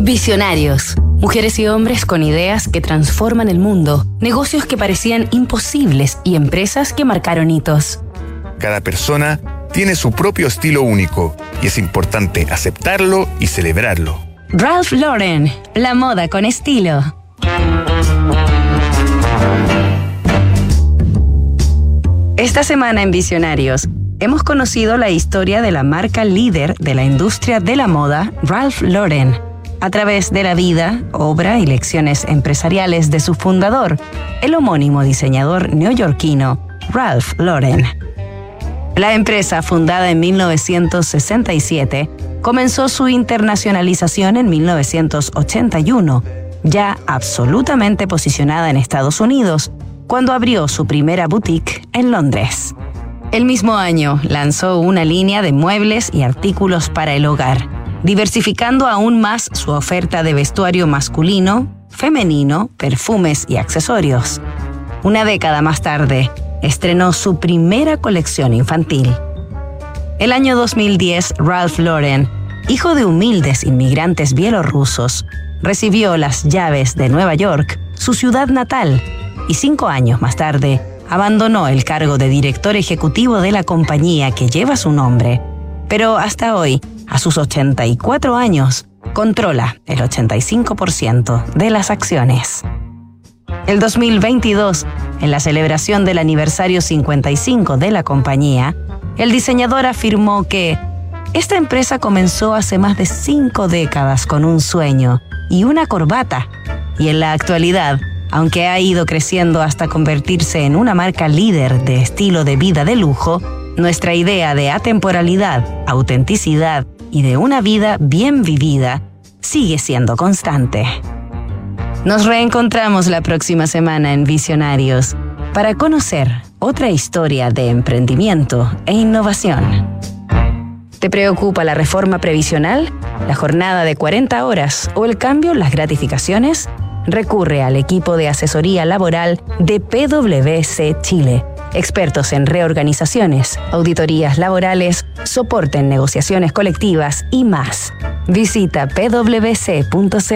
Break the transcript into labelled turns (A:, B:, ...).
A: Visionarios. Mujeres y hombres con ideas que transforman el mundo, negocios que parecían imposibles y empresas que marcaron hitos.
B: Cada persona tiene su propio estilo único y es importante aceptarlo y celebrarlo.
A: Ralph Lauren, la moda con estilo. Esta semana en Visionarios hemos conocido la historia de la marca líder de la industria de la moda, Ralph Lauren, a través de la vida, obra y lecciones empresariales de su fundador, el homónimo diseñador neoyorquino Ralph Lauren. La empresa, fundada en 1967, comenzó su internacionalización en 1981, ya absolutamente posicionada en Estados Unidos, cuando abrió su primera boutique en Londres. El mismo año lanzó una línea de muebles y artículos para el hogar, diversificando aún más su oferta de vestuario masculino, femenino, perfumes y accesorios. Una década más tarde, estrenó su primera colección infantil. El año 2010, Ralph Lauren, hijo de humildes inmigrantes bielorrusos, recibió las llaves de Nueva York, su ciudad natal, y 5 años más tarde, abandonó el cargo de director ejecutivo de la compañía que lleva su nombre. Pero hasta hoy, a sus 84 años, controla el 85% de las acciones. El 2022, en la celebración del aniversario 55 de la compañía, el diseñador afirmó que esta empresa comenzó hace más de 5 décadas con un sueño y una corbata, y en la actualidad, aunque ha ido creciendo hasta convertirse en una marca líder de estilo de vida de lujo, nuestra idea de atemporalidad, autenticidad y de una vida bien vivida sigue siendo constante. Nos reencontramos la próxima semana en Visionarios para conocer otra historia de emprendimiento e innovación. ¿Te preocupa la reforma previsional, la jornada de 40 horas o el cambio en las gratificaciones? Recurre al equipo de asesoría laboral de PwC Chile. Expertos en reorganizaciones, auditorías laborales, soporte en negociaciones colectivas y más. Visita pwc.cl.